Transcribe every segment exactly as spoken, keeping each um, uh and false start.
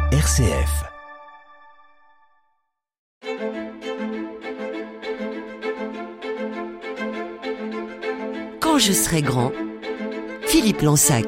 R C F. Quand je serai grand, Philippe Lansac.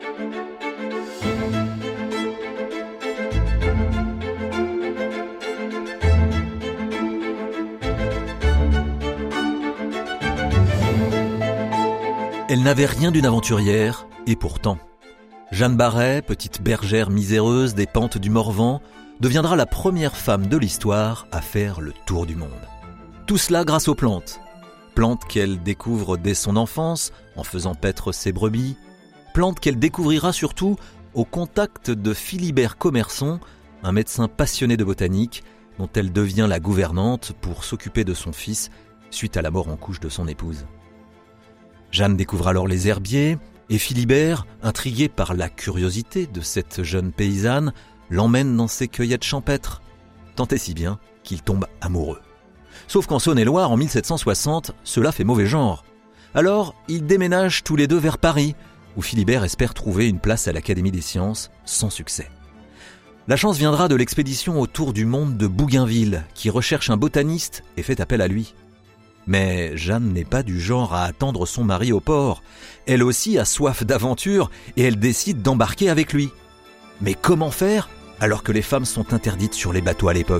Elle n'avait rien d'une aventurière, et pourtant, Jeanne Barret, petite bergère miséreuse des pentes du Morvan, deviendra la première femme de l'histoire à faire le tour du monde. Tout cela grâce aux plantes. Plantes qu'elle découvre dès son enfance, en faisant paître ses brebis. Plantes qu'elle découvrira surtout au contact de Philibert Commerson, un médecin passionné de botanique, dont elle devient la gouvernante pour s'occuper de son fils suite à la mort en couche de son épouse. Jeanne découvre alors les herbiers, et Philibert, intrigué par la curiosité de cette jeune paysanne, l'emmène dans ses cueillettes champêtres, tant et si bien qu'il tombe amoureux. Sauf qu'en Saône-et-Loire, en mille sept cent soixante, cela fait mauvais genre. Alors, ils déménagent tous les deux vers Paris, où Philibert espère trouver une place à l'Académie des sciences, sans succès. La chance viendra de l'expédition autour du monde de Bougainville, qui recherche un botaniste et fait appel à lui. Mais Jeanne n'est pas du genre à attendre son mari au port. Elle aussi a soif d'aventure et elle décide d'embarquer avec lui. Mais comment faire alors que les femmes sont interdites sur les bateaux à l'époque ?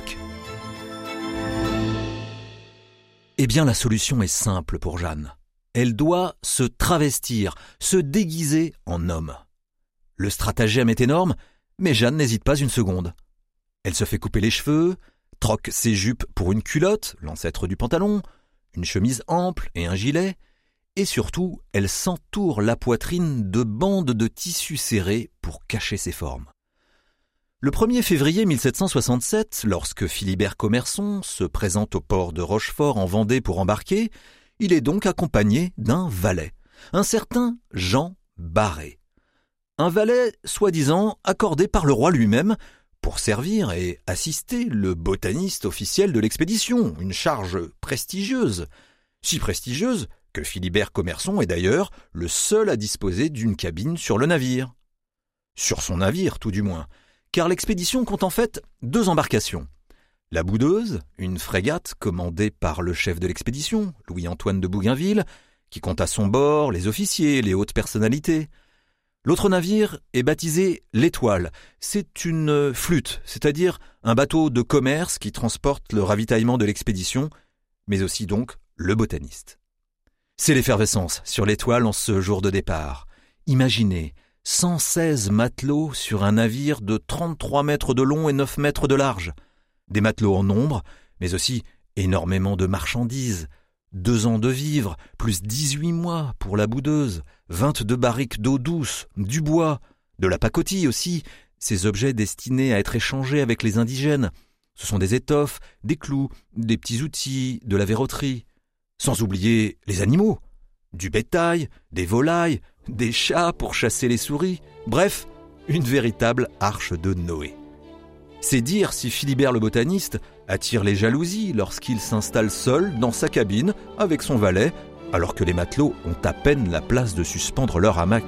Eh bien, la solution est simple pour Jeanne. Elle doit se travestir, se déguiser en homme. Le stratagème est énorme, mais Jeanne n'hésite pas une seconde. Elle se fait couper les cheveux, troque ses jupes pour une culotte, l'ancêtre du pantalon, une chemise ample et un gilet, et surtout, elle s'entoure la poitrine de bandes de tissu serré pour cacher ses formes. Le premier février mille sept cent soixante-sept, lorsque Philibert Commerson se présente au port de Rochefort en Vendée pour embarquer, il est donc accompagné d'un valet, un certain Jean Barret. Un valet, soi-disant, accordé par le roi lui-même, pour servir et assister le botaniste officiel de l'expédition, une charge prestigieuse. Si prestigieuse que Philibert Commerson est d'ailleurs le seul à disposer d'une cabine sur le navire. Sur son navire, tout du moins, car l'expédition compte en fait deux embarcations. La Boudeuse, une frégate commandée par le chef de l'expédition, Louis-Antoine de Bougainville, qui compte à son bord les officiers, les hautes personnalités. L'autre navire est baptisé l'Étoile. C'est une flûte, c'est-à-dire un bateau de commerce qui transporte le ravitaillement de l'expédition, mais aussi donc le botaniste. C'est l'effervescence sur l'Étoile en ce jour de départ. Imaginez, cent seize matelots sur un navire de trente-trois mètres de long et neuf mètres de large. Des matelots en nombre, mais aussi énormément de marchandises. Deux ans de vivres, plus dix-huit mois pour la Boudeuse, vingt-deux barriques d'eau douce, du bois, de la pacotille aussi, ces objets destinés à être échangés avec les indigènes. Ce sont des étoffes, des clous, des petits outils, de la verroterie. Sans oublier les animaux, du bétail, des volailles, des chats pour chasser les souris. Bref, une véritable arche de Noé. C'est dire si Philibert le botaniste attire les jalousies lorsqu'il s'installe seul dans sa cabine avec son valet, alors que les matelots ont à peine la place de suspendre leur hamac.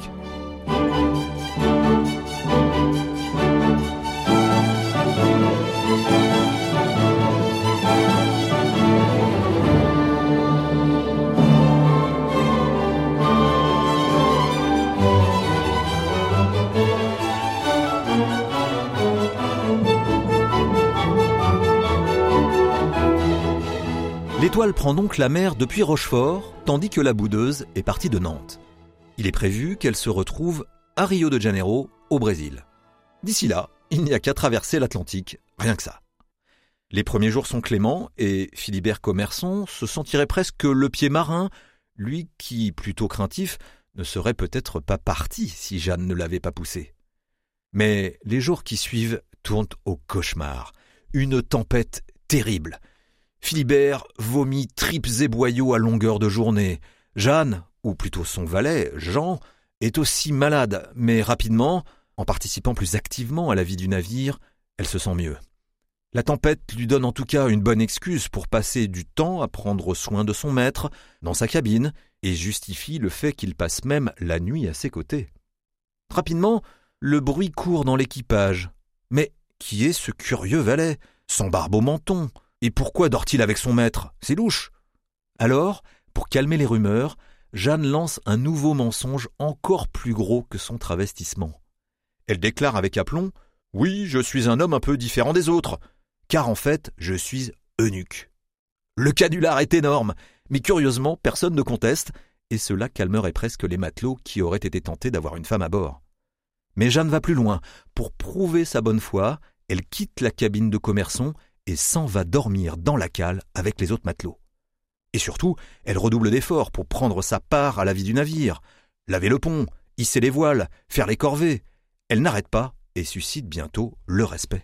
L'Étoile prend donc la mer depuis Rochefort, tandis que la Boudeuse est partie de Nantes. Il est prévu qu'elle se retrouve à Rio de Janeiro, au Brésil. D'ici là, il n'y a qu'à traverser l'Atlantique, rien que ça. Les premiers jours sont cléments et Philibert Commerson se sentirait presque le pied marin, lui qui, plutôt craintif, ne serait peut-être pas parti si Jeanne ne l'avait pas poussé. Mais les jours qui suivent tournent au cauchemar. Une tempête terrible. Philibert vomit tripes et boyaux à longueur de journée. Jeanne, ou plutôt son valet, Jean, est aussi malade, mais rapidement, en participant plus activement à la vie du navire, elle se sent mieux. La tempête lui donne en tout cas une bonne excuse pour passer du temps à prendre soin de son maître dans sa cabine et justifie le fait qu'il passe même la nuit à ses côtés. Rapidement, le bruit court dans l'équipage, mais Qui est ce curieux valet, sans barbe au menton? Et pourquoi dort-il avec son maître? C'est louche. Alors, pour calmer les rumeurs, Jeanne lance un nouveau mensonge encore plus gros que son travestissement. Elle déclare avec aplomb « Oui, je suis un homme un peu différent des autres, car en fait, je suis eunuque. » Le canular est énorme, mais curieusement, personne ne conteste, et cela calmerait presque les matelots qui auraient été tentés d'avoir une femme à bord. Mais Jeanne va plus loin. Pour prouver sa bonne foi, elle quitte la cabine de Commerson et s'en va dormir dans la cale avec les autres matelots. Et surtout, elle redouble d'efforts pour prendre sa part à la vie du navire. Laver le pont, hisser les voiles, faire les corvées. Elle n'arrête pas et suscite bientôt le respect.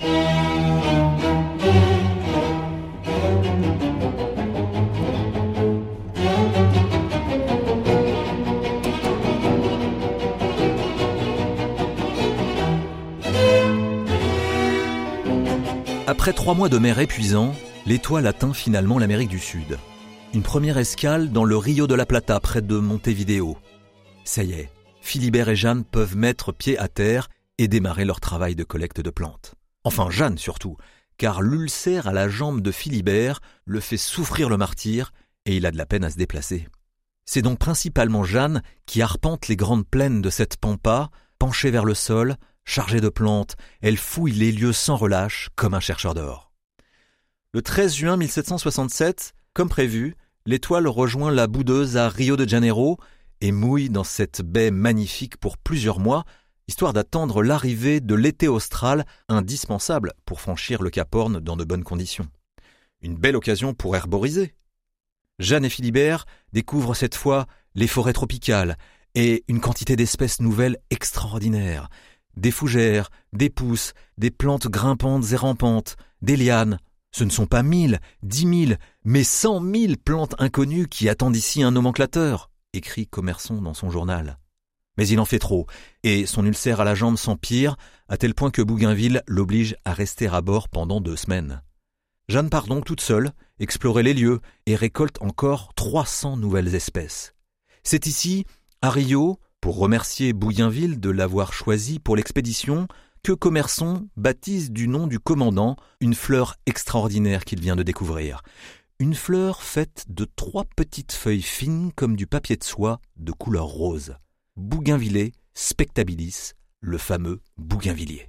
Après trois mois de mer épuisants, l'Étoile atteint finalement l'Amérique du Sud. Une première escale dans le Rio de la Plata, près de Montevideo. Ça y est, Philibert et Jeanne peuvent mettre pied à terre et démarrer leur travail de collecte de plantes. Enfin Jeanne surtout, car l'ulcère à la jambe de Philibert le fait souffrir le martyre et il a de la peine à se déplacer. C'est donc principalement Jeanne qui arpente les grandes plaines de cette pampa, penchée vers le sol, chargée de plantes. Elle fouille les lieux sans relâche, comme un chercheur d'or. Le treize juin mille sept cent soixante-sept, comme prévu, l'Étoile rejoint la Boudeuse à Rio de Janeiro et mouille dans cette baie magnifique pour plusieurs mois, histoire d'attendre l'arrivée de l'été austral, indispensable pour franchir le Cap Horn dans de bonnes conditions. Une belle occasion pour herboriser. Jeanne et Philibert découvrent cette fois les forêts tropicales et une quantité d'espèces nouvelles extraordinaires. Des fougères, des pousses, des plantes grimpantes et rampantes, des lianes. Ce ne sont pas mille, dix mille, mais cent mille plantes inconnues qui attendent ici un nomenclateur, écrit Commerson dans son journal. Mais il en fait trop, et son ulcère à la jambe s'empire, à tel point que Bougainville l'oblige à rester à bord pendant deux semaines. Jeanne part donc toute seule, explorer les lieux, et récolte encore trois cents nouvelles espèces. C'est ici, à Rio, pour remercier Bougainville de l'avoir choisi pour l'expédition, que Commerson baptise du nom du commandant une fleur extraordinaire qu'il vient de découvrir. Une fleur faite de trois petites feuilles fines comme du papier de soie de couleur rose. Bougainvillea spectabilis, le fameux bougainvillier.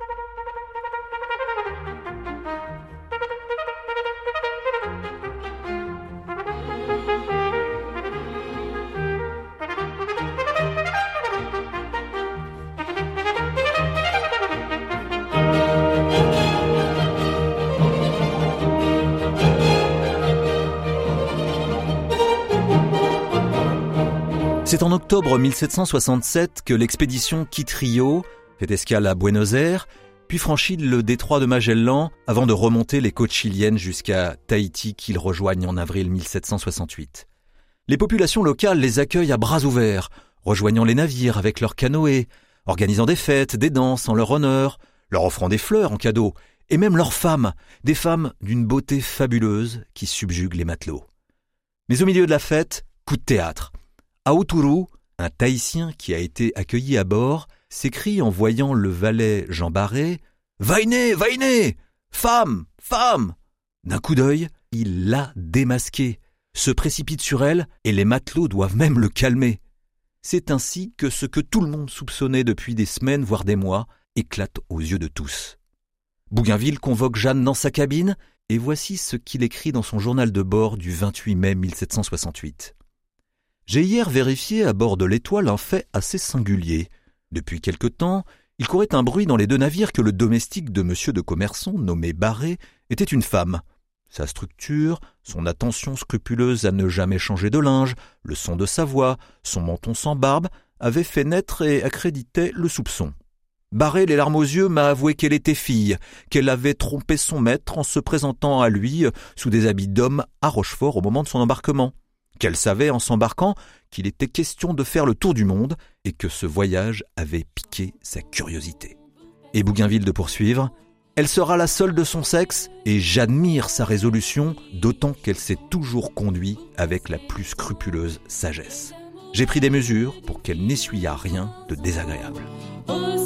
C'est en octobre mille sept cent soixante-sept que l'expédition quitte Rio, fait escale à Buenos Aires, puis franchit le détroit de Magellan avant de remonter les côtes chiliennes jusqu'à Tahiti qu'ils rejoignent en avril mille sept cent soixante-huit. Les populations locales les accueillent à bras ouverts, rejoignant les navires avec leurs canoës, organisant des fêtes, des danses en leur honneur, leur offrant des fleurs en cadeau, et même leurs femmes, des femmes d'une beauté fabuleuse qui subjuguent les matelots. Mais au milieu de la fête, coup de théâtre. Aoturu, un Tahitien qui a été accueilli à bord, s'écrie en voyant le valet Jean Barré « Vainé, vainé, femme, femme !» D'un coup d'œil, il l'a démasquée, se précipite sur elle et les matelots doivent même le calmer. C'est ainsi que ce que tout le monde soupçonnait depuis des semaines, voire des mois, éclate aux yeux de tous. Bougainville convoque Jeanne dans sa cabine et voici ce qu'il écrit dans son journal de bord du vingt-huit mai mille sept cent soixante-huit. J'ai hier vérifié à bord de l'Étoile un fait assez singulier. Depuis quelque temps, il courait un bruit dans les deux navires que le domestique de monsieur de Commerson, nommé Barré, était une femme. Sa structure, son attention scrupuleuse à ne jamais changer de linge, le son de sa voix, son menton sans barbe, avaient fait naître et accréditaient le soupçon. Barré, les larmes aux yeux, m'a avoué qu'elle était fille, qu'elle avait trompé son maître en se présentant à lui sous des habits d'homme à Rochefort au moment de son embarquement. Qu'elle savait en s'embarquant qu'il était question de faire le tour du monde et que ce voyage avait piqué sa curiosité. Et Bougainville de poursuivre « Elle sera la seule de son sexe et j'admire sa résolution, d'autant qu'elle s'est toujours conduite avec la plus scrupuleuse sagesse. J'ai pris des mesures pour qu'elle n'essuyât rien de désagréable. »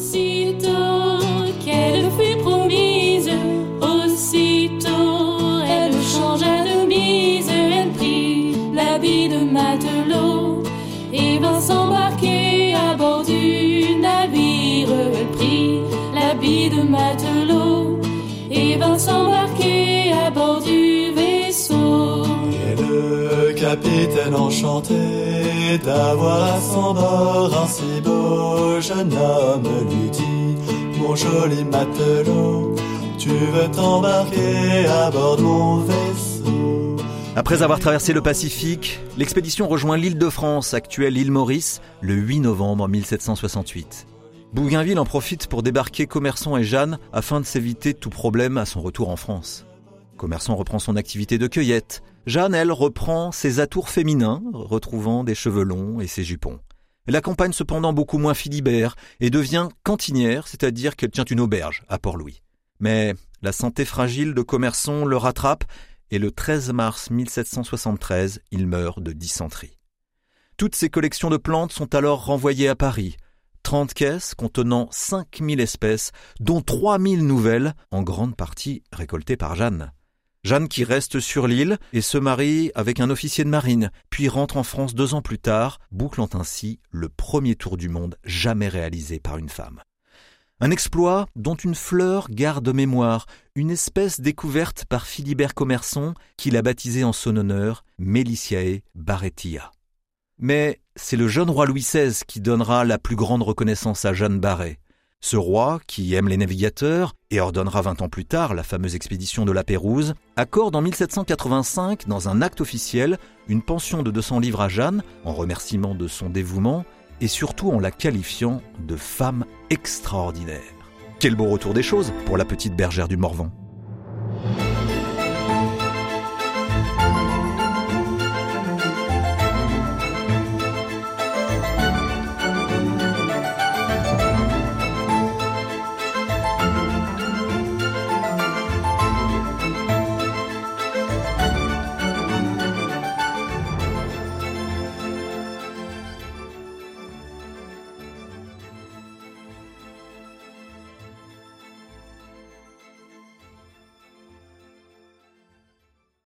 Aussitôt qu'elle fut habits de matelot et vint s'embarquer à bord du vaisseau. Et le capitaine enchanté d'avoir à son bord un si beau jeune homme lui dit: mon joli matelot, tu veux t'embarquer à bord de mon vaisseau. Après avoir traversé le Pacifique, l'expédition rejoint l'île de France, actuelle île Maurice, le huit novembre mille sept cent soixante-huit. Bougainville en profite pour débarquer Commerson et Jeanne afin de s'éviter tout problème à son retour en France. Commerson reprend son activité de cueillette. Jeanne, elle, reprend ses atours féminins, retrouvant des cheveux longs et ses jupons. Elle accompagne cependant beaucoup moins Philibert et devient cantinière, c'est-à-dire qu'elle tient une auberge à Port-Louis. Mais la santé fragile de Commerson le rattrape et le treize mars mille sept cent soixante-treize, il meurt de dysenterie. Toutes ces collections de plantes sont alors renvoyées à Paris. trente caisses contenant cinq mille espèces, dont trois mille nouvelles, en grande partie récoltées par Jeanne. Jeanne qui reste sur l'île et se marie avec un officier de marine, puis rentre en France deux ans plus tard, bouclant ainsi le premier tour du monde jamais réalisé par une femme. Un exploit dont une fleur garde mémoire, une espèce découverte par Philibert Commerson qu'il a baptisée en son honneur Melissiae barrettia. Mais c'est le jeune roi Louis seize qui donnera la plus grande reconnaissance à Jeanne Barret. Ce roi, qui aime les navigateurs et ordonnera vingt ans plus tard la fameuse expédition de la Pérouse, accorde en mille sept cent quatre-vingt-cinq, dans un acte officiel, une pension de deux cents livres à Jeanne, en remerciement de son dévouement, et surtout en la qualifiant de femme extraordinaire. Quel beau retour des choses pour la petite bergère du Morvan.